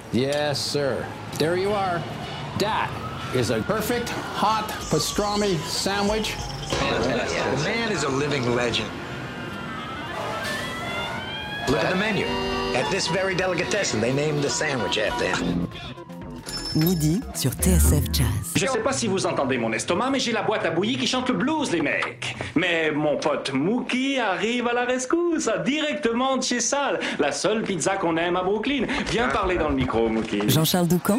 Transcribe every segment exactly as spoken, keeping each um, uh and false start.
Yes, sir. There you are. That is a perfect hot pastrami sandwich. The man is a living legend. Look at the menu. At this very delicatessen, they named the sandwich after him. Midi sur T S F Jazz. Je sais pas si vous entendez mon estomac, mais j'ai la boîte à bouillie qui chante le blues, les mecs. Mais mon pote Mookie arrive à la rescousse, directement de chez Sal, la seule pizza qu'on aime à Brooklyn. Viens parler dans le micro, Mookie. Jean-Charles Doucan.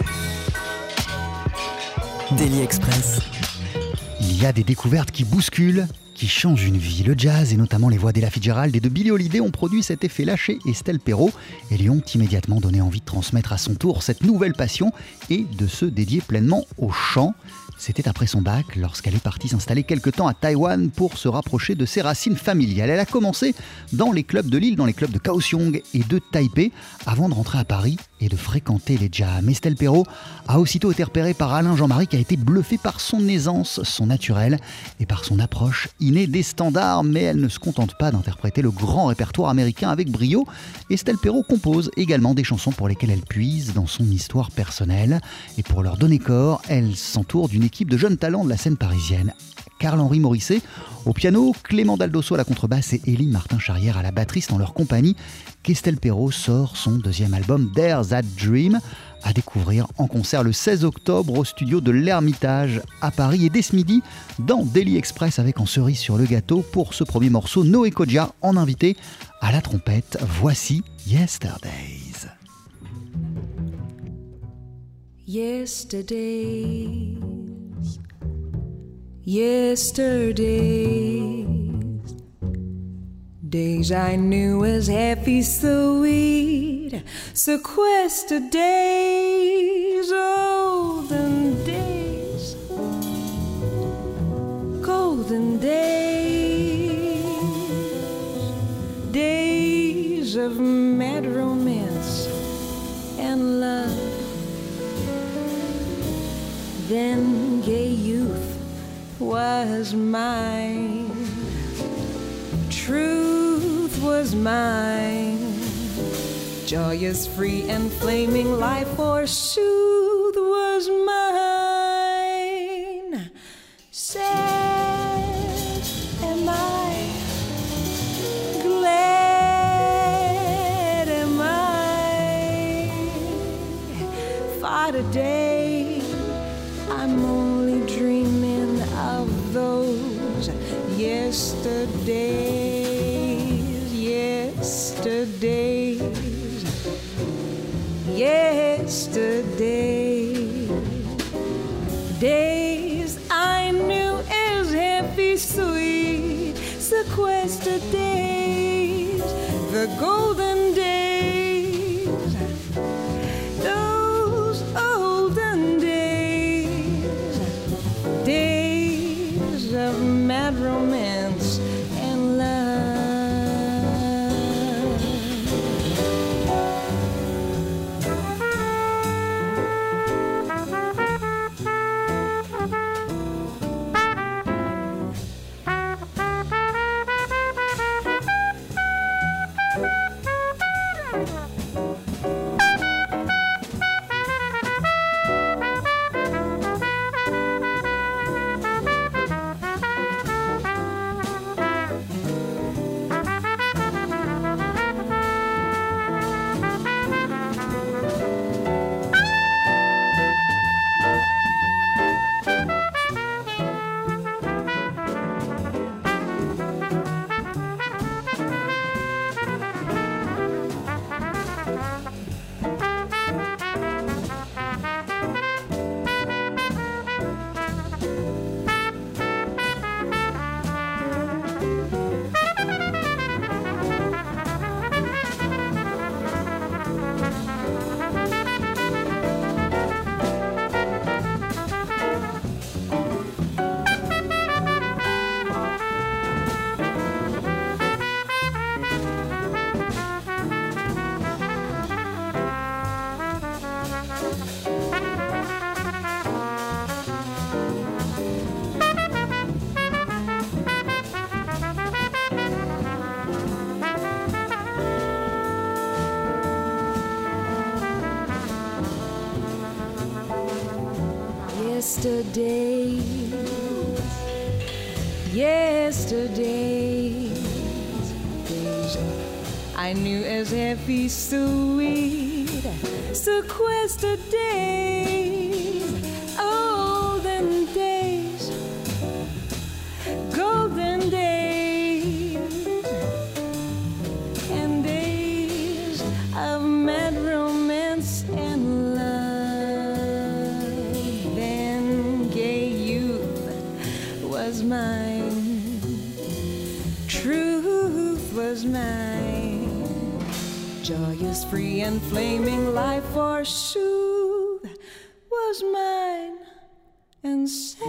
Daily Express. Il y a des découvertes qui bousculent, qui changent une vie. Le jazz, et notamment les voix d'Ella Fitzgerald et de Billie Holiday, ont produit cet effet-là chez Estelle Perrot et lui ont immédiatement donné envie de transmettre à son tour cette nouvelle passion et de se dédier pleinement au chant. C'était après son bac, lorsqu'elle est partie s'installer quelque temps à Taïwan pour se rapprocher de ses racines familiales. Elle a commencé dans les clubs de l'île, dans les clubs de Kaohsiung et de Taipei, avant de rentrer à Paris et de fréquenter les jams. Estelle Perrot a aussitôt été repérée par Alain Jean-Marie, qui a été bluffé par son aisance, son naturel et par son approche innée des standards. Mais elle ne se contente pas d'interpréter le grand répertoire américain avec brio. Estelle Perrot compose également des chansons pour lesquelles elle puise dans son histoire personnelle. Et pour leur donner corps, elle s'entoure d'une équipe de jeunes talents de la scène parisienne. Karl-Henri Morisset au piano, Clément Daldosso à la contrebasse et Élie Martin-Charrière à la batterie. Dans leur compagnie qu'Estelle Perrot sort son deuxième album Dare That Dream, à découvrir en concert le seize octobre au studio de l'Ermitage à Paris. Et dès ce midi, dans Daily Express, avec en cerise sur le gâteau pour ce premier morceau, Noé Kodja en invité à la trompette. Voici Yesterdays. Yesterdays, yesterdays, days I knew as happy, sweet, sequestered days, olden days, golden days, days of mad romance and love. Then gay youth was mine, truth was mine, joyous, free, and flaming life, forsooth, was mine. Sad am I, glad am I, for today I'm only dreaming of those yesterdays, yesterdays, yesterdays, days I knew as happy, sweet, sequestered days, the golden days, those olden days, days of mad romance and love. Yesterday, yesterday, days I knew as heavy, sweet, sequestered days, olden days, golden days, and days of mad romance and love. Then gay youth was mine, truth was mine, joyous, free, and flaming life, forsooth, was mine, and sad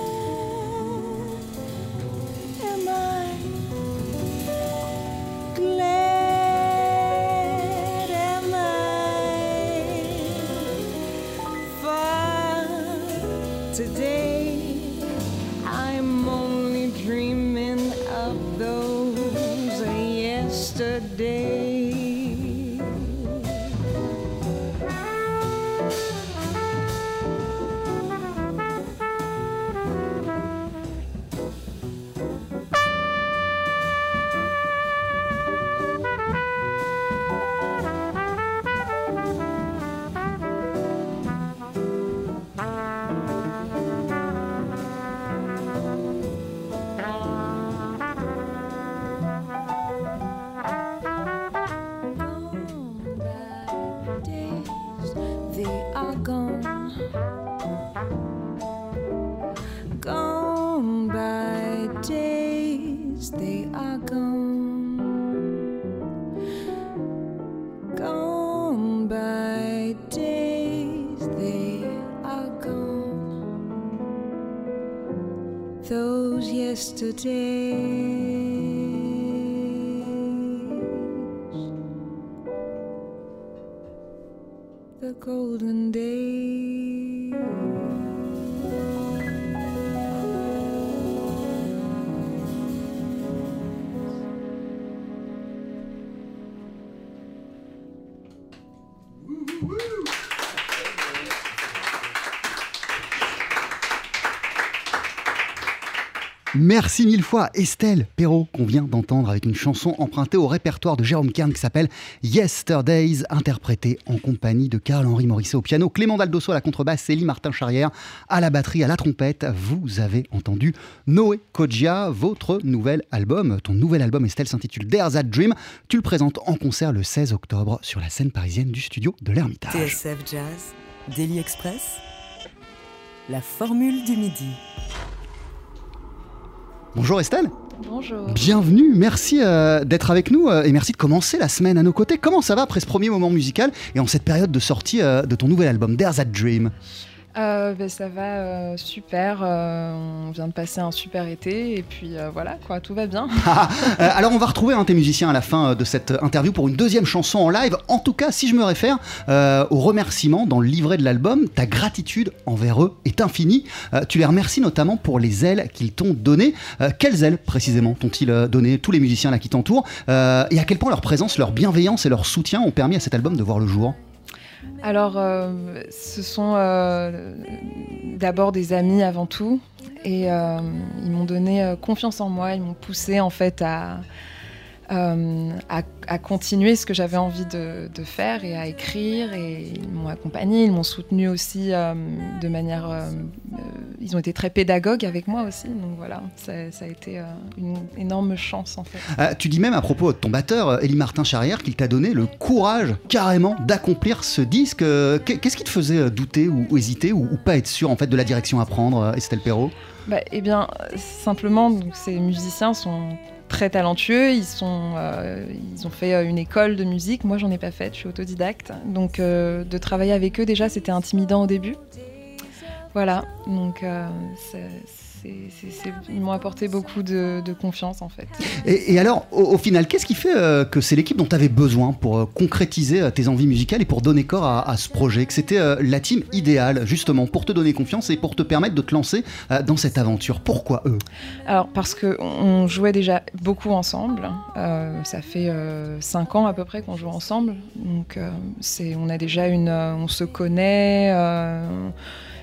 am I, glad am I, for today I'm only dreaming of those yesterdays. Gone by days, they are gone. Gone by days, they are gone. Those yesterdays, the golden days. Merci mille fois Estelle Perrault qu'on vient d'entendre avec une chanson empruntée au répertoire de Jérôme Kern qui s'appelle Yesterdays, interprétée en compagnie de Carl-Henri Morisset au piano, Clément Daldosso à la contrebasse, Célie Martin-Charrière à la batterie, à la trompette. Vous avez entendu Noé Kodja. Votre nouvel album, ton nouvel album Estelle s'intitule There's That Dream. Tu le présentes en concert le seize octobre sur la scène parisienne du studio de l'Ermitage. T S F Jazz, Daily Express, la formule du midi. Bonjour Estelle. Bonjour. Bienvenue, merci euh, d'être avec nous euh, et merci de commencer la semaine à nos côtés. Comment ça va après ce premier moment musical et en cette période de sortie euh, de ton nouvel album There's That Dream? Euh, ben, ça va euh, super, euh, on vient de passer un super été et puis euh, voilà quoi, tout va bien. euh, alors on va retrouver hein, tes musiciens à la fin de cette interview pour une deuxième chanson en live. En tout cas, si je me réfère euh, aux remerciements dans le livret de l'album, ta gratitude envers eux est infinie. Euh, tu les remercies notamment pour les ailes qu'ils t'ont données. Euh, quelles ailes précisément t'ont-ils donné tous les musiciens là qui t'entourent euh, et à quel point leur présence, leur bienveillance et leur soutien ont permis à cet album de voir le jour? Alors, euh, ce sont euh, d'abord des amis avant tout, et euh, ils m'ont donné euh, confiance en moi, ils m'ont poussé en fait à, euh, à, à continuer ce que j'avais envie de, de faire et à écrire, et ils m'ont accompagné, ils m'ont soutenu aussi euh, de manière... Euh, euh, ils ont été très pédagogues avec moi aussi, donc voilà, ça, ça a été euh, une énorme chance en fait. Euh, tu dis même à propos de ton batteur, Élie Martin-Charrière, qu'il t'a donné le courage carrément d'accomplir ce disque. Qu'est-ce qui te faisait douter ou, ou hésiter ou, ou pas être sûr en fait de la direction à prendre, Estelle Perrault? Bah, eh bien, simplement, donc, ces musiciens sont très talentueux, ils, sont, euh, ils ont fait une école de musique, moi j'en ai pas faite, je suis autodidacte, donc euh, de travailler avec eux déjà c'était intimidant au début. Voilà, donc euh, c'est, c'est, c'est, c'est, ils m'ont apporté beaucoup de, de confiance en fait. Et, et alors, au, au final, qu'est-ce qui fait euh, que c'est l'équipe dont tu avais besoin pour euh, concrétiser euh, tes envies musicales et pour donner corps à, à ce projet? Que c'était euh, la team idéale, justement, pour te donner confiance et pour te permettre de te lancer euh, dans cette aventure. Pourquoi eux? Alors, parce qu'on jouait déjà beaucoup ensemble. Euh, ça fait euh, cinq ans à peu près qu'on joue ensemble. Donc, euh, c'est, on a déjà une... Euh, on se connaît... Euh,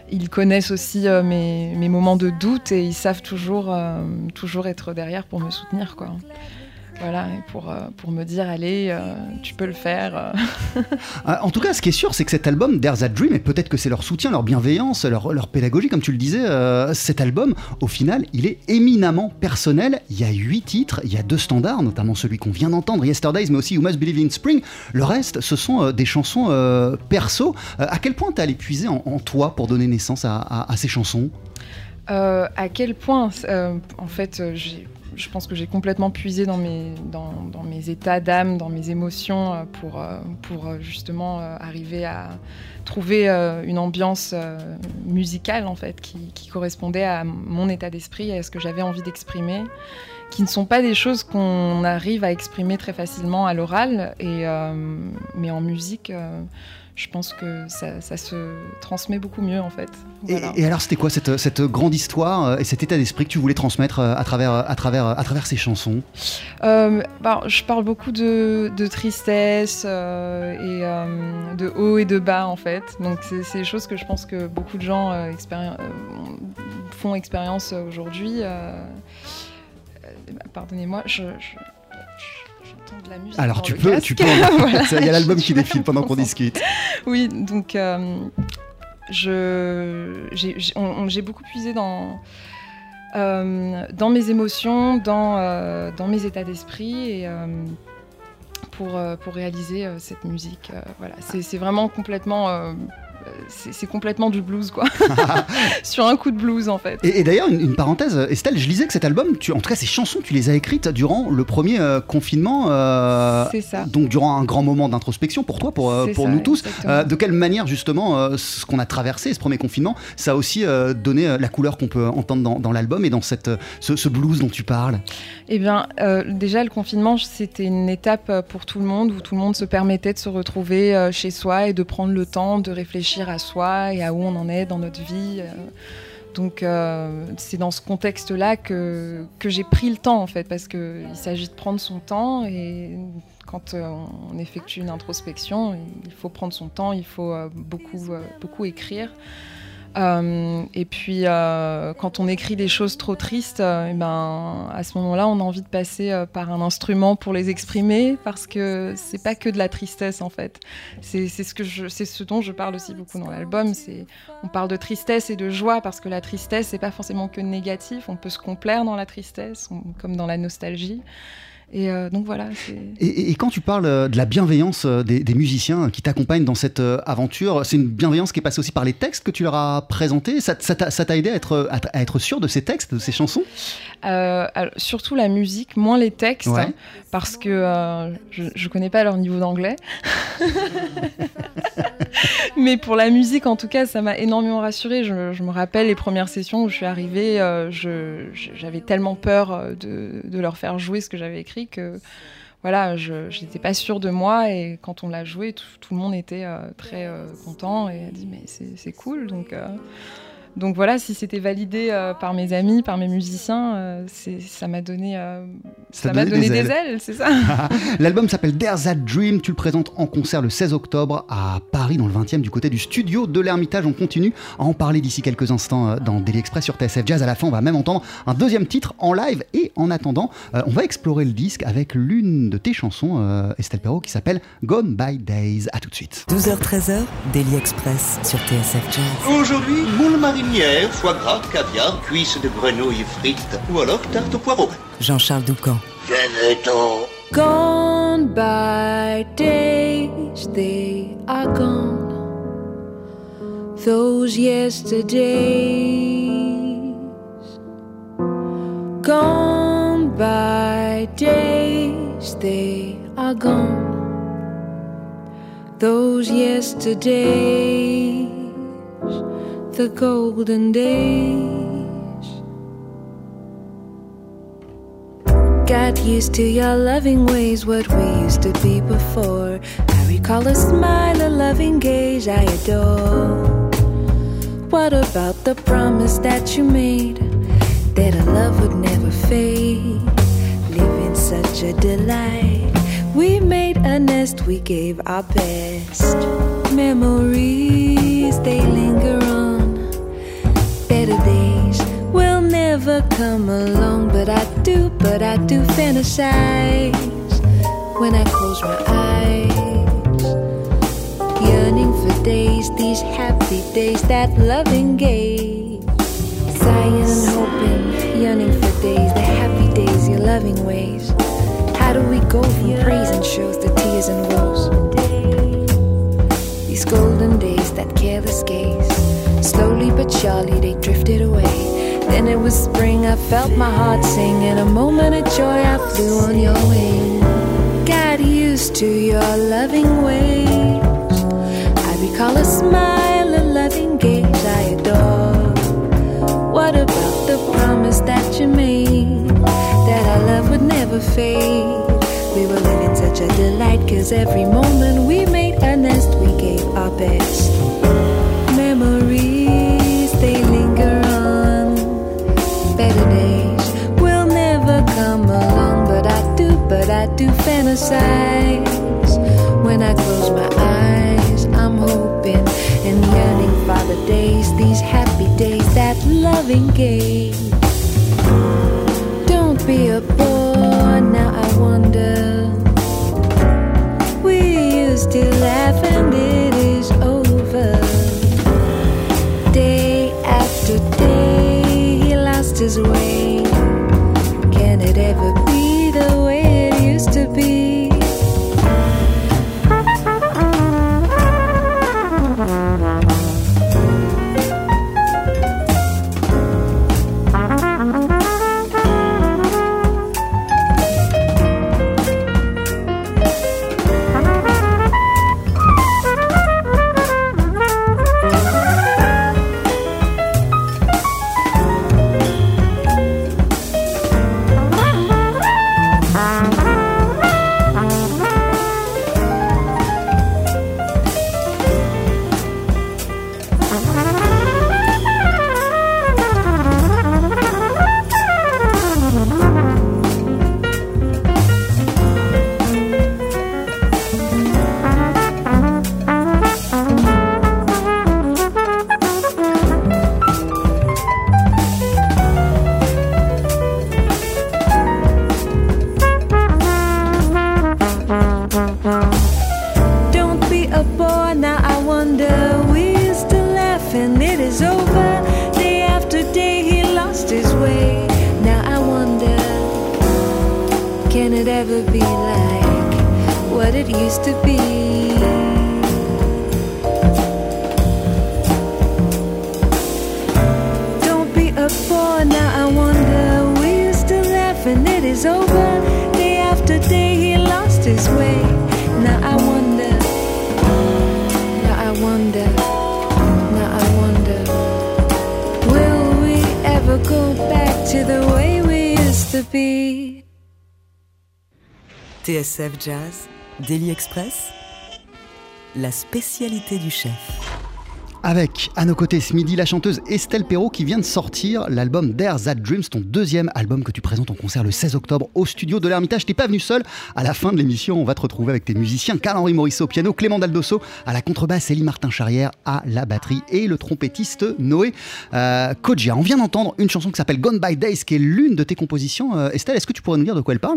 ils connaissent aussi euh, mes, mes moments de doute et ils savent toujours, euh, toujours être derrière pour me soutenir, quoi. Voilà, et pour, euh, pour me dire, allez, euh, tu peux le faire. En tout cas, ce qui est sûr, c'est que cet album, There's That Dream, et peut-être que c'est leur soutien, leur bienveillance, leur, leur pédagogie, comme tu le disais, euh, cet album, au final, il est éminemment personnel. Il y a huit titres, il y a deux standards, notamment celui qu'on vient d'entendre, Yesterdays, mais aussi You Must Believe in Spring. Le reste, ce sont euh, des chansons euh, perso. Euh, à quel point t'es allé puiser en, en toi pour donner naissance à, à, à ces chansons ? euh, À quel point, euh, en fait, j'ai... Je pense que j'ai complètement puisé dans mes, dans, dans mes états d'âme, dans mes émotions pour, pour justement arriver à trouver une ambiance musicale en fait, qui, qui correspondait à mon état d'esprit et à ce que j'avais envie d'exprimer, qui ne sont pas des choses qu'on arrive à exprimer très facilement à l'oral, et, euh, mais en musique... Euh, je pense que ça, ça se transmet beaucoup mieux en fait. Voilà. Et, et alors c'était quoi cette, cette grande histoire et cet état d'esprit que tu voulais transmettre à travers, à travers, à travers ces chansons ? euh, bah, Je parle beaucoup de, de tristesse euh, et euh, de haut et de bas en fait. Donc c'est, c'est des choses que je pense que beaucoup de gens euh, expéri- euh, font expérience aujourd'hui. Euh, euh, pardonnez-moi, je... je... de la musique. Alors tu peux, casque. tu peux. Voilà, il y a l'album qui défile pendant qu'on discute. Oui, donc euh, je, j'ai, j'ai, on, j'ai beaucoup puisé dans, euh, dans mes émotions, dans, euh, dans mes états d'esprit et euh, pour, euh, pour réaliser euh, cette musique. Euh, voilà, c'est, c'est vraiment complètement. Euh, C'est, c'est complètement du blues, quoi. Sur un coup de blues, en fait. Et, et d'ailleurs, une, une parenthèse, Estelle, je lisais que cet album, tu, en tout cas ces chansons, tu les as écrites durant le premier euh, confinement. Euh, c'est ça. Donc durant un grand moment d'introspection pour toi, pour, euh, pour ça, nous tous. Euh, de quelle manière, justement, euh, ce qu'on a traversé, ce premier confinement, ça a aussi euh, donné euh, la couleur qu'on peut entendre dans, dans l'album et dans cette, ce, ce blues dont tu parles ? Eh bien, euh, déjà, le confinement, c'était une étape pour tout le monde, où tout le monde se permettait de se retrouver euh, chez soi et de prendre le temps de réfléchir à soi et à où on en est dans notre vie. Donc euh, c'est dans ce contexte-là que, que j'ai pris le temps en fait, parce qu'il s'agit de prendre son temps et quand euh, on effectue une introspection, il faut prendre son temps, il faut euh, beaucoup, euh, beaucoup écrire. Euh, et puis euh, quand on écrit des choses trop tristes, euh, et ben, à ce moment-là on a envie de passer euh, par un instrument pour les exprimer, parce que c'est pas que de la tristesse en fait, c'est, c'est, ce, que je, c'est ce dont je parle aussi beaucoup dans l'album. C'est, on parle de tristesse et de joie, parce que la tristesse c'est pas forcément que négatif, on peut se complaire dans la tristesse, on, comme dans la nostalgie. Et euh, donc voilà. C'est... Et, et quand tu parles de la bienveillance des, des musiciens qui t'accompagnent dans cette aventure, c'est une bienveillance qui est passée aussi par les textes que tu leur as présentés. Ça, ça, t'a, ça t'a aidé à être, à être sûr de ces textes, de ces chansons ? euh, alors, surtout la musique, moins les textes, ouais. hein, parce que euh, je ne connais pas leur niveau d'anglais. Mais pour la musique, en tout cas, ça m'a énormément rassurée. Je, je me rappelle les premières sessions où je suis arrivée, euh, je, je, j'avais tellement peur de, de leur faire jouer ce que j'avais écrit que voilà, je n'étais pas sûre de moi. Et quand on l'a joué, tout, tout le monde était euh, très euh, content et a dit mais c'est, c'est cool. Donc, euh, donc voilà, si c'était validé euh, par mes amis, par mes musiciens, euh, c'est, ça m'a donné, euh, ça, ça m'a donné, donné des, des ailes. ailes, c'est ça. L'album s'appelle There's That Dream. Tu le présentes en concert le seize octobre à Paris, dans le vingtième, du côté du studio de l'Ermitage. On continue à en parler d'ici quelques instants dans Daily Express sur T S F Jazz. À la fin, on va même entendre un deuxième titre en live. Et en attendant, euh, on va explorer le disque avec l'une de tes chansons, euh, Estelle Perrault, qui s'appelle Gone by Days. À tout de suite. douze heures treize heures, Daily Express sur T S F Jazz. Aujourd'hui, moule marinière, foie gras, caviar, cuisses de grenouille frites ou alors tarte au poireau. Jean-Charles Doucan. Venez-t'en. Gone by days, they are gone. Those yesterdays, gone by days, they are gone. Those yesterdays, the golden days. Got used to your loving ways, what we used to be before. I recall a smile, a loving gaze I adore. What about the promise that you made, that our love would never fade? Living such a delight. We made a nest, we gave our best. Memories, they linger on. come along, but I do, but I do fantasize when I close my eyes, yearning for days, these happy days, that loving gaze, sighing and hoping, yearning for days, the happy days, your loving ways. How do we go from praise and shows to tears and woes? These golden days, that careless gaze, slowly but surely they drifted away. Then it was spring, I felt my heart sing. In a moment of joy, I flew on your wing. Got used to your loving ways. I recall a smile, a loving gaze I adore. What about the promise that you made, that our love would never fade? We were living such a delight, cause every moment we made a nest, we gave our best. Memories, they linger on. Better days will never come along, but I do, but I do fantasize. When I close my eyes, I'm hoping and yearning for the days, these happy days, that loving gaze. Don't be a bore, now I wonder. We used to laugh and it is over. Day after day, he lost his way. Can it ever be the way it used to be? T S F Jazz, Daily Express, la spécialité du chef. Avec à nos côtés ce midi la chanteuse Estelle Perrot qui vient de sortir l'album Dare That Dreams, ton deuxième album que tu présentes en concert le seize octobre au studio de l'Ermitage. T'es pas venu seul. À la fin de l'émission, on va te retrouver avec tes musiciens Carl-Henri Morisseau au piano, Clément Daldosso à la contrebasse, Élie Martin-Charrière à la batterie et le trompettiste Noé euh, Kodja. On vient d'entendre une chanson qui s'appelle Gone by Days, qui est l'une de tes compositions. Euh, Estelle, est-ce que tu pourrais nous dire de quoi elle parle ?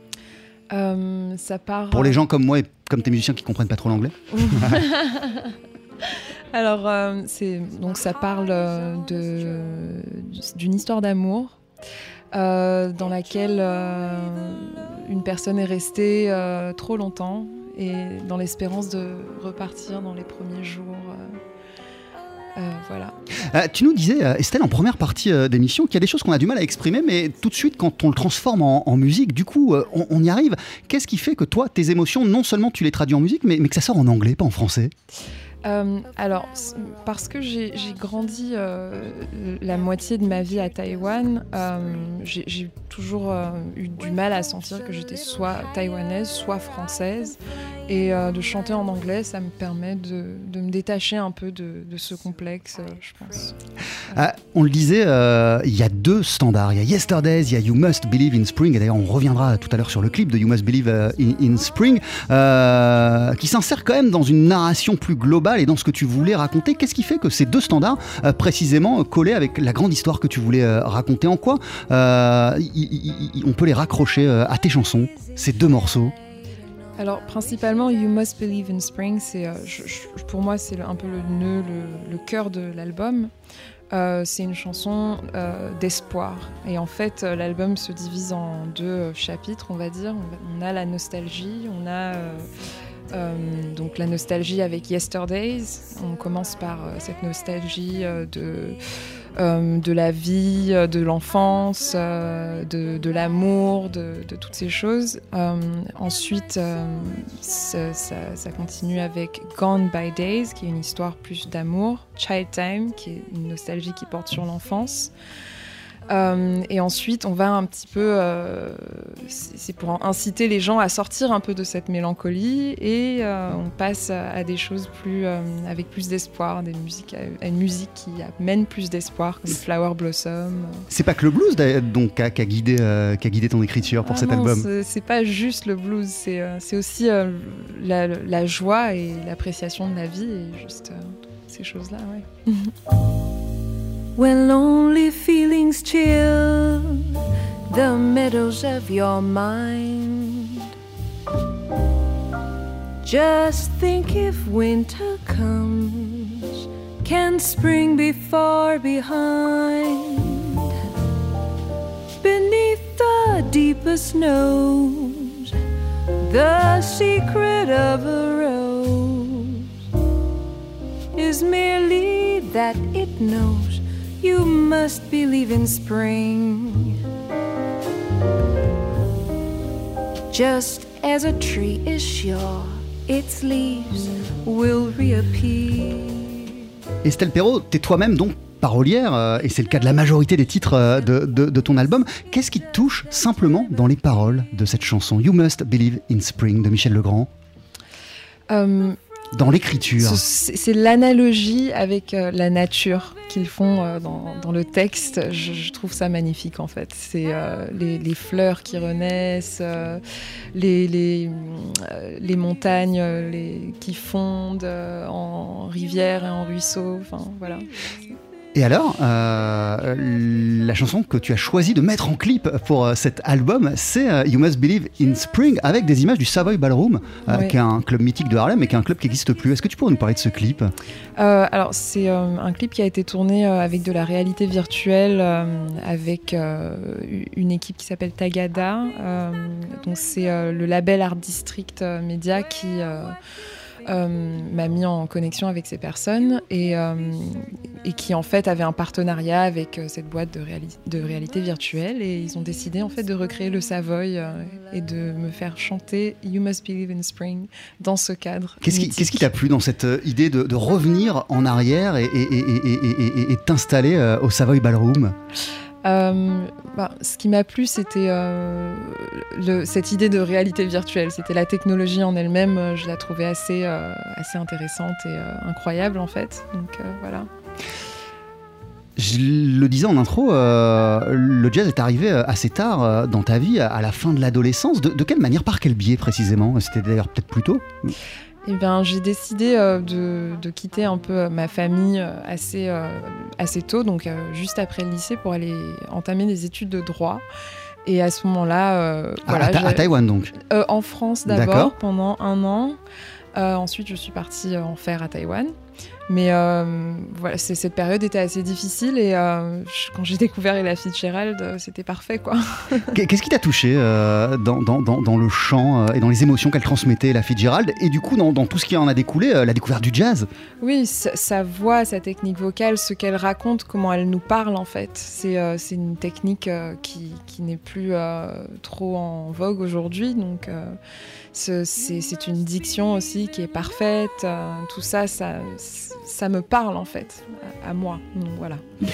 Euh, ça part... Pour les gens comme moi et comme tes musiciens qui comprennent pas trop l'anglais. Alors, euh, c'est, donc ça parle euh, de, d'une histoire d'amour euh, dans laquelle euh, une personne est restée euh, trop longtemps et dans l'espérance de repartir dans les premiers jours. Euh, Euh, voilà. Euh, tu nous disais, euh, Estelle, en première partie euh, d'émission, qu'il y a des choses qu'on a du mal à exprimer, mais tout de suite, quand on le transforme en, en musique, du coup, euh, on, on y arrive. Qu'est-ce qui fait que toi, tes émotions, non seulement tu les traduis en musique, mais, mais que ça sort en anglais, pas en français ? Euh, alors, parce que j'ai, j'ai grandi euh, la moitié de ma vie à Taïwan, euh, j'ai, j'ai toujours euh, eu du mal à sentir que j'étais soit taïwanaise, soit française. Et euh, de chanter en anglais, ça me permet de, de me détacher un peu de, de ce complexe, euh, je pense. Euh, on le disait, euh, il y a deux standards. Il y a Yesterdays, il y a You Must Believe in Spring. Et d'ailleurs, on reviendra tout à l'heure sur le clip de You Must Believe in, in Spring, euh, qui s'insère quand même dans une narration plus globale et dans ce que tu voulais raconter. Qu'est-ce qui fait que ces deux standards, euh, précisément, collaient avec la grande histoire que tu voulais euh, raconter? En quoi euh, y, y, y, on peut les raccrocher euh, à tes chansons, ces deux morceaux? Alors, principalement, You Must Believe in Spring, c'est, euh, je, je, pour moi, c'est un peu le nœud, le, le cœur de l'album. Euh, c'est une chanson euh, d'espoir. Et en fait, euh, l'album se divise en deux euh, chapitres, on va dire. On, on a la nostalgie, on a euh, euh, donc la nostalgie avec Yesterdays. On commence par euh, cette nostalgie euh, de... Euh, de la vie, de l'enfance, euh, de, de l'amour, de, de toutes ces choses. Euh, ensuite, euh, ça, ça, ça continue avec Gone by Days, qui est une histoire plus d'amour. Child Time, qui est une nostalgie qui porte sur l'enfance. Euh, et ensuite, on va un petit peu... Euh, c'est, c'est pour inciter les gens à sortir un peu de cette mélancolie et euh, on passe à, à des choses plus, euh, avec plus d'espoir, des musiques, à, à une musique qui amène plus d'espoir, comme Flower Blossom. C'est pas que le blues donc, qui, a, qui, a guidé, euh, qui a guidé ton écriture pour ah cet non, album? C'est, c'est pas juste le blues, c'est, euh, c'est aussi euh, la, la joie et l'appréciation de la vie et juste euh, ces choses-là, ouais. When lonely feelings chill the meadows of your mind, just think if winter comes, can spring be far behind? Beneath the deepest snows, the secret of a rose is merely that it knows you must believe in spring. Just as a tree is sure its leaves will reappear. Estelle Perrot, t'es toi-même donc parolière, euh, et c'est le cas de la majorité des titres euh, de, de, de ton album. Qu'est-ce qui te touche simplement dans les paroles de cette chanson You Must Believe in Spring de Michel Legrand? euh... Dans l'écriture. C'est, c'est l'analogie avec euh, la nature qu'ils font euh, dans, dans le texte. Je, je trouve ça magnifique en fait. C'est euh, les, les fleurs qui renaissent, euh, les, les, euh, les montagnes euh, les, qui fondent euh, en rivières et en ruisseaux. Enfin voilà. Et alors, euh, la chanson que tu as choisi de mettre en clip pour euh, cet album, c'est euh, You Must Believe in Spring, avec des images du Savoy Ballroom, euh, oui. qui est un club mythique de Harlem et qui est un club qui n'existe plus. Est-ce que tu pourrais nous parler de ce clip? euh, Alors, c'est euh, un clip qui a été tourné euh, avec de la réalité virtuelle, euh, avec euh, une équipe qui s'appelle Tagada. Euh, donc, c'est euh, le label Art District euh, Media qui... Euh, Euh, m'a mis en connexion avec ces personnes et, euh, et qui en fait avait un partenariat avec euh, cette boîte de, réali- de réalité virtuelle et ils ont décidé en fait de recréer le Savoy euh, et de me faire chanter You Must Believe in Spring dans ce cadre. Qu'est-ce qui, qu'est-ce qui t'a plu dans cette idée de, de revenir en arrière et, et, et, et, et, et, et t'installer euh, au Savoy Ballroom? Euh, bah, ce qui m'a plu, c'était euh, le, cette idée de réalité virtuelle. C'était la technologie en elle-même. Euh, je la trouvais assez, euh, assez intéressante et euh, incroyable en fait. Donc euh, voilà. Je le disais en intro, euh, le jazz est arrivé assez tard euh, dans ta vie, à la fin de l'adolescence. De, de quelle manière, par quel biais précisément? C'était d'ailleurs peut-être plus tôt? Eh bien, j'ai décidé euh, de, de quitter un peu ma famille euh, assez, euh, assez tôt, donc euh, juste après le lycée, pour aller entamer des études de droit. Et à ce moment-là... Euh, à, voilà, à, ta, à Taïwan donc euh, En France d'abord, D'accord. pendant un an. Euh, ensuite, je suis partie en faire à Taïwan. Mais euh, voilà, c'est, cette période était assez difficile et euh, je, quand j'ai découvert Ella Fitzgerald, euh, c'était parfait, quoi. Qu'est-ce qui t'a touché euh, dans, dans, dans, dans le chant euh, et dans les émotions qu'elle transmettait, Ella Fitzgerald, et du coup dans, dans tout ce qui en a découlé, euh, la découverte du jazz? Oui, sa, sa voix, sa technique vocale, ce qu'elle raconte, comment elle nous parle en fait. C'est, euh, c'est une technique euh, qui, qui n'est plus euh, trop en vogue aujourd'hui, donc euh, c'est, c'est, c'est une diction aussi qui est parfaite. Euh, tout ça, ça... ça me parle en fait, à, à moi. Donc, voilà.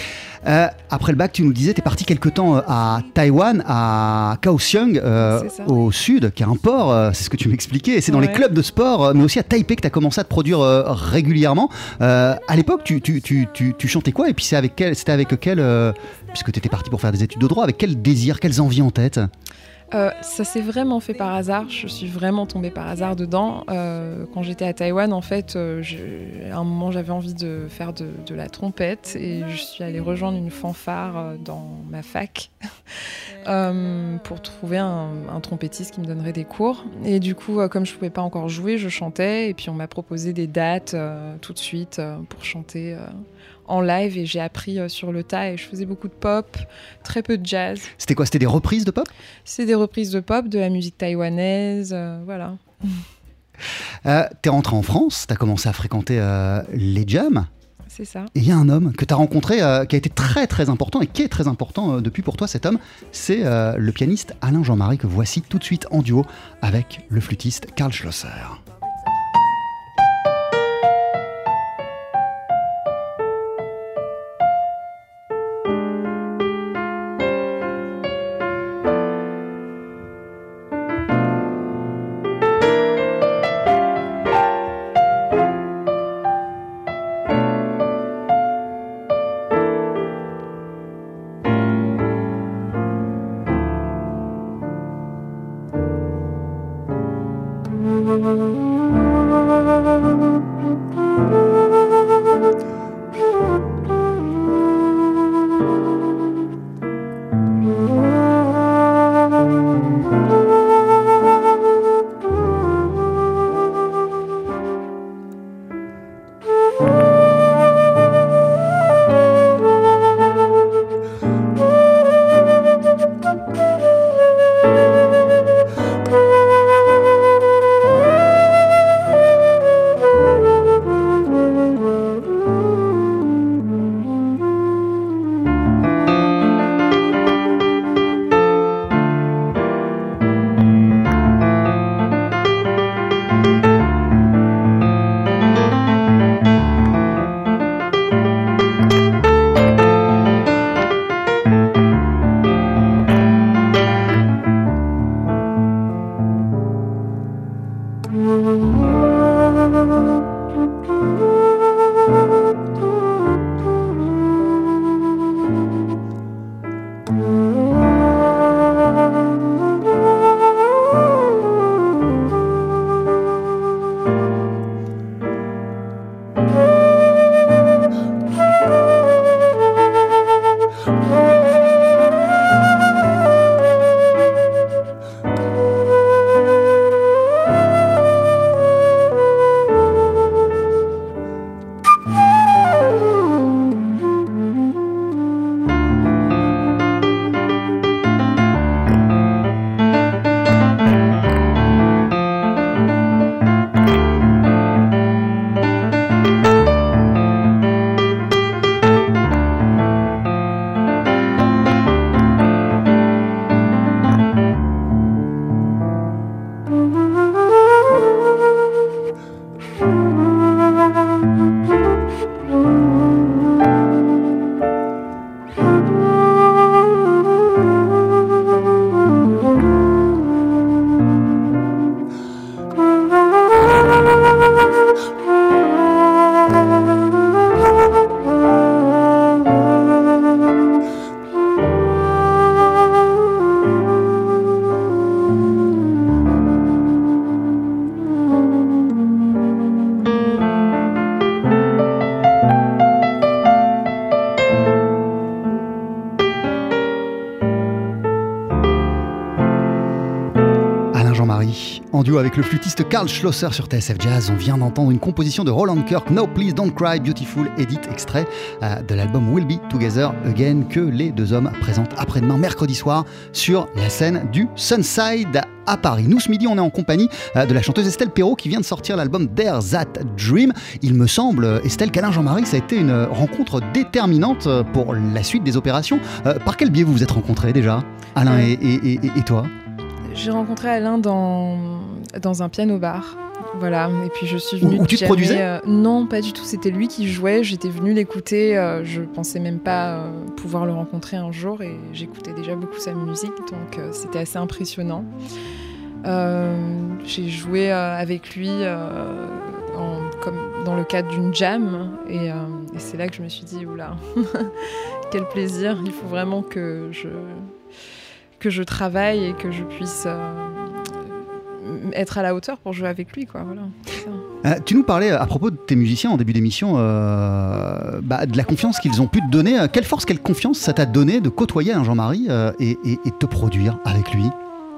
Euh, après le bac, tu nous disais, tu es parti quelque temps à Taïwan, à Kaohsiung, euh, au sud, qui est un port, euh, c'est ce que tu m'expliquais. C'est dans ouais. les clubs de sport, mais aussi à Taipei que tu as commencé à te produire euh, régulièrement. Euh, à l'époque, tu, tu, tu, tu, tu chantais quoi? Et puis c'est avec quel, c'était avec quel, euh, puisque tu étais parti pour faire des études de droit, avec quel désir, quelles envies en tête? Euh, ça s'est vraiment fait par hasard, je suis vraiment tombée par hasard dedans. Euh, quand j'étais à Taïwan, en fait, euh, je, à un moment j'avais envie de faire de, de la trompette et je suis allée rejoindre une fanfare euh, dans ma fac euh, pour trouver un, un trompettiste qui me donnerait des cours. Et du coup, euh, comme je ne pouvais pas encore jouer, je chantais et puis on m'a proposé des dates euh, tout de suite euh, pour chanter euh, en live et j'ai appris euh, sur le tas et je faisais beaucoup de pop, très peu de jazz. C'était quoi? C'était des reprises de pop? C'est des reprises de pop, de la musique taïwanaise, euh, voilà. Euh, t'es rentré en France, t'as commencé à fréquenter euh, les jams. C'est ça. Et il y a un homme que t'as rencontré euh, qui a été très très important et qui est très important euh, depuis pour toi, cet homme, c'est euh, le pianiste Alain Jean-Marie que voici tout de suite en duo avec le flûtiste Karl Schlosser. En duo avec le flûtiste Karl Schlosser sur T S F Jazz, on vient d'entendre une composition de Roland Kirk, No Please Don't Cry, Beautiful Edit, extrait euh, de l'album We'll Be Together Again, que les deux hommes présentent après-demain, mercredi soir, sur la scène du Sunside à Paris. Nous, ce midi, on est en compagnie euh, de la chanteuse Estelle Perrault qui vient de sortir l'album Dare That Dream. Il me semble, Estelle, qu'Alain Jean-Marie, ça a été une rencontre déterminante pour la suite des opérations. Euh, par quel biais vous vous êtes rencontrés déjà, Alain et, et, et, et toi ? J'ai rencontré Alain dans, dans un piano-bar Voilà, et puis je suis venue... Où, où tu te produisais euh, Non, pas du tout, c'était lui qui jouait, j'étais venue l'écouter, euh, je pensais même pas euh, pouvoir le rencontrer un jour, et j'écoutais déjà beaucoup sa musique, donc euh, c'était assez impressionnant. Euh, j'ai joué euh, avec lui euh, en, comme dans le cadre d'une jam, et, euh, et c'est là que je me suis dit, oula, quel plaisir, il faut vraiment que je, que je travaille et que je puisse... Euh, être à la hauteur pour jouer avec lui, quoi. Voilà, c'est ça. Euh, tu nous parlais à propos de tes musiciens en début d'émission, euh, bah, de la confiance qu'ils ont pu te donner. Quelle force, quelle confiance ça t'a donné de côtoyer un Jean-Marie euh, et, et, et te produire avec lui?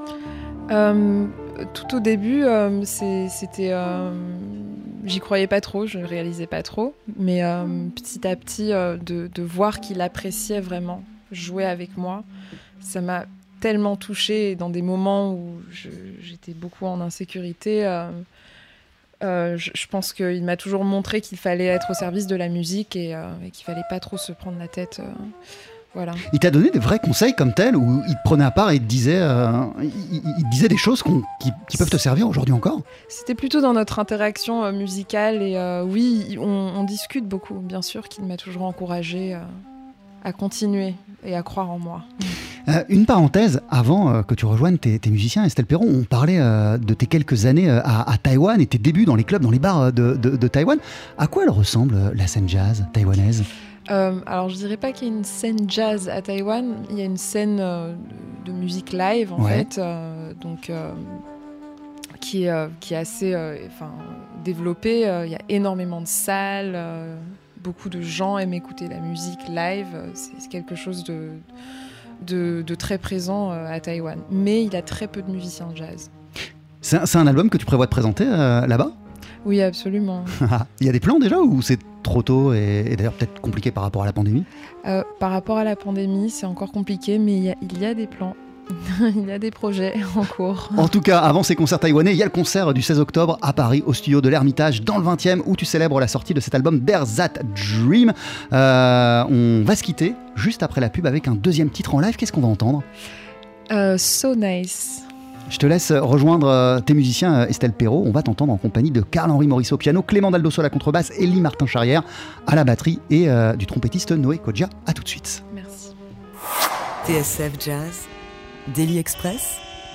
euh, Tout au début, euh, c'est, c'était, euh, j'y croyais pas trop, je ne réalisais pas trop, mais euh, petit à petit, euh, de, de voir qu'il appréciait vraiment jouer avec moi, ça m'a tellement touchée, dans des moments où je, j'étais beaucoup en insécurité. Euh, euh, je, je pense qu'il m'a toujours montré qu'il fallait être au service de la musique et, euh, et qu'il fallait pas trop se prendre la tête. Euh, voilà. Il t'a donné des vrais conseils comme tel, où il te prenait à part et il te disait, euh, il, il te disait des choses qu'on, qui, qui peuvent te servir aujourd'hui encore? C'était plutôt dans notre interaction euh, musicale et euh, oui, on, on discute beaucoup. Bien sûr qu'il m'a toujours encouragée euh, à continuer et à croire en moi. Euh, une parenthèse, avant euh, que tu rejoignes tes, tes musiciens, Estelle Perron, on parlait euh, de tes quelques années euh, à, à Taïwan et tes débuts dans les clubs, dans les bars euh, de, de, de Taïwan. À quoi elle ressemble, euh, la scène jazz taïwanaise? euh, Alors, je dirais pas qu'il y a une scène jazz à Taïwan, il y a une scène euh, de musique live, en ouais. fait, euh, donc, euh, qui, est, euh, qui est assez euh, enfin, développée. Euh, il y a énormément de salles, euh, beaucoup de gens aiment écouter la musique live, c'est, c'est quelque chose de... De, de très présent euh, à Taïwan. Mais il a très peu de musiciens de jazz. C'est un, c'est un album que tu prévois de présenter euh, là-bas? Oui, absolument. Il y a des plans déjà ou c'est trop tôt et, et d'ailleurs peut-être compliqué par rapport à la pandémie? euh, Par rapport à la pandémie, c'est encore compliqué, mais il y a, il y a des plans. Il y a des projets en cours. En tout cas, avant ces concerts taïwanais, il y a le concert du seize octobre à Paris, au studio de l'Ermitage, dans le vingtième, où tu célèbres la sortie de cet album There's That Dream. Euh, on va se quitter juste après la pub avec un deuxième titre en live. Qu'est-ce qu'on va entendre? euh, So Nice. Je te laisse rejoindre tes musiciens, Estelle Perron. On va t'entendre en compagnie de Carl-Henri Morisseau au piano, Clément Daldosso à la contrebasse, Élie Martin-Charrière à la batterie et euh, du trompettiste Noé Kodja. À tout de suite. Merci. T S F Jazz, Daily Express,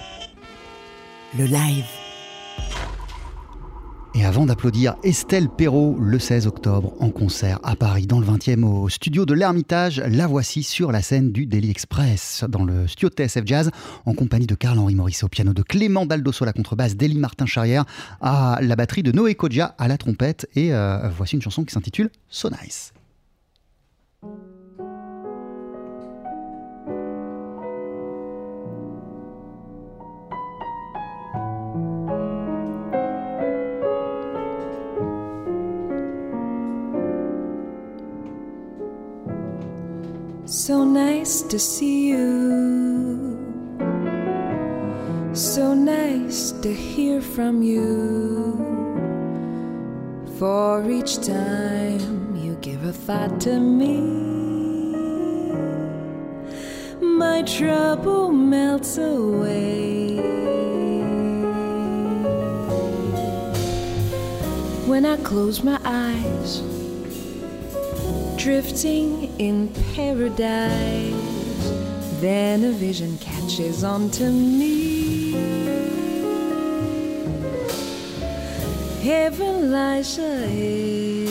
le live. Et avant d'applaudir Estelle Perron le seize octobre en concert à Paris dans le vingtième au studio de l'Ermitage, la voici sur la scène du Daily Express dans le studio de T S F Jazz en compagnie de Carl-Henri Morisseau au piano, de Clément Daldosso à la contrebasse, d'Élie Martin-Charrière à la batterie, de Noé Kodja à la trompette et euh, voici une chanson qui s'intitule So Nice. So nice to see you, so nice to hear from you. For each time you give a thought to me, my trouble melts away. When I close my eyes, drifting in paradise, then a vision catches on to me. Heaven lies ahead.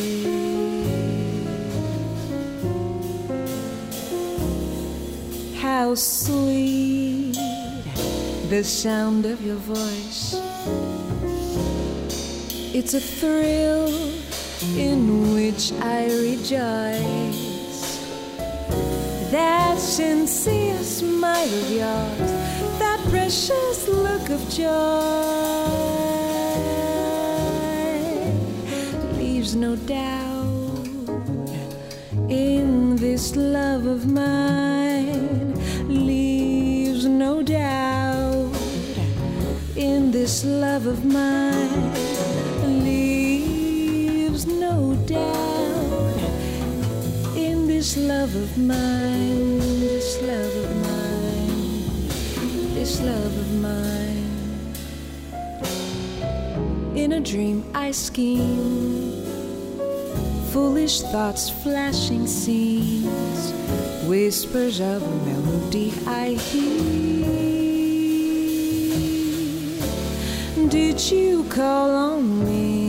How sweet the sound of your voice. It's a thrill in which I rejoice. That sincere smile of yours, that precious look of joy, leaves no doubt in this love of mine. Leaves no doubt in this love of mine. No doubt in this love of mine, this love of mine, this love of mine. In a dream I scheme, foolish thoughts, flashing scenes, whispers of a melody I hear. Did you call on me?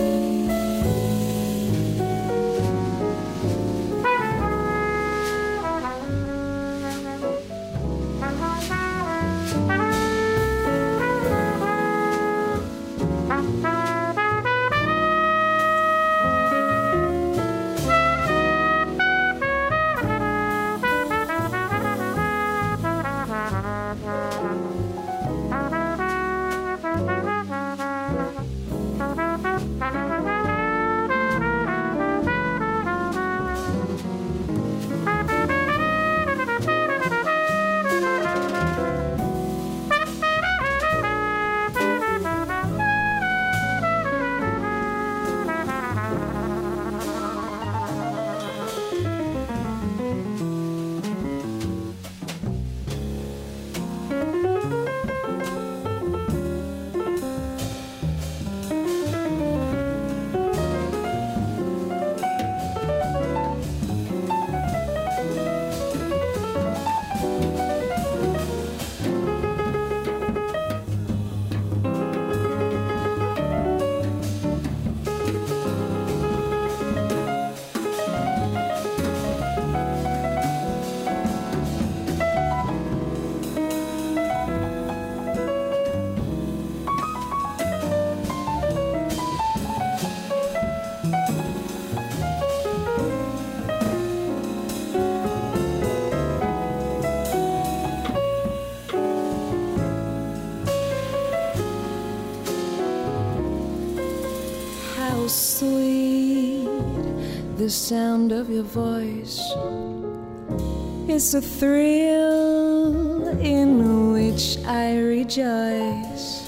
Sweet, the sound of your voice. It's a thrill in which I rejoice.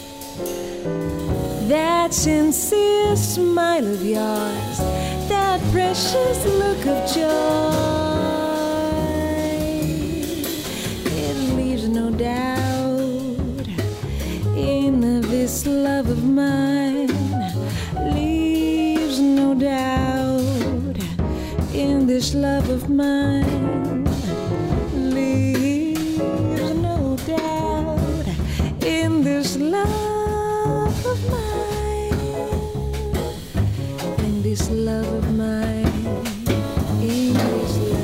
That sincere smile of yours, that precious look of joy, it leaves no doubt in this love of mine. No doubt in this love of mine. Leaves no doubt in this love of mine. In this love of mine. In this love.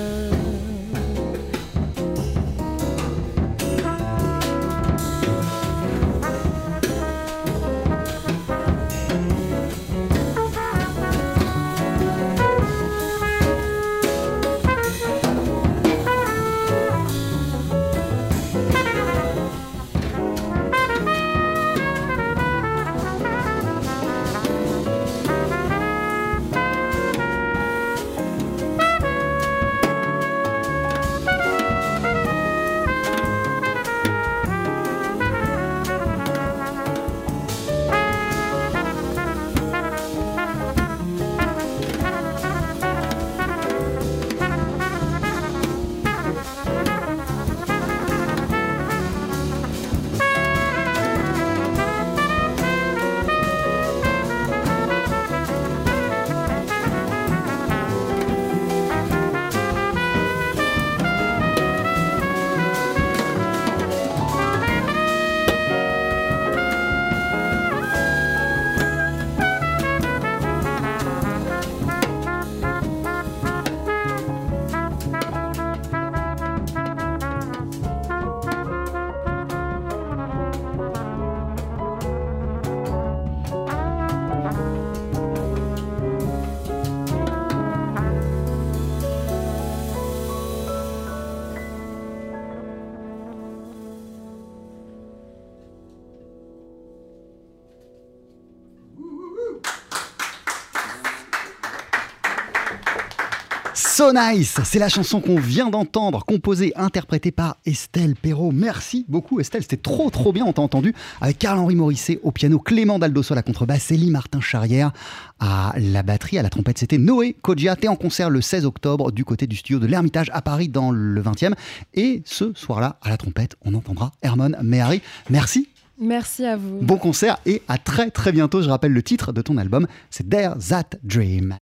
So Nice, c'est la chanson qu'on vient d'entendre, composée, interprétée par Estelle Perrault. Merci beaucoup Estelle, c'était trop trop bien, on t'a entendu avec Carl-Henri Morisset au piano, Clément Daldosso à la contrebasse, Élie Martin-Charrière à la batterie, à la trompette, c'était Noé Kodja. T'es en concert le seize octobre du côté du studio de l'Ermitage à Paris dans le vingtième. Et ce soir-là, à la trompette, on entendra Hermon Mehari. Merci Merci à vous. Bon concert et à très très bientôt. Je rappelle le titre de ton album, c'est Dare That Dream.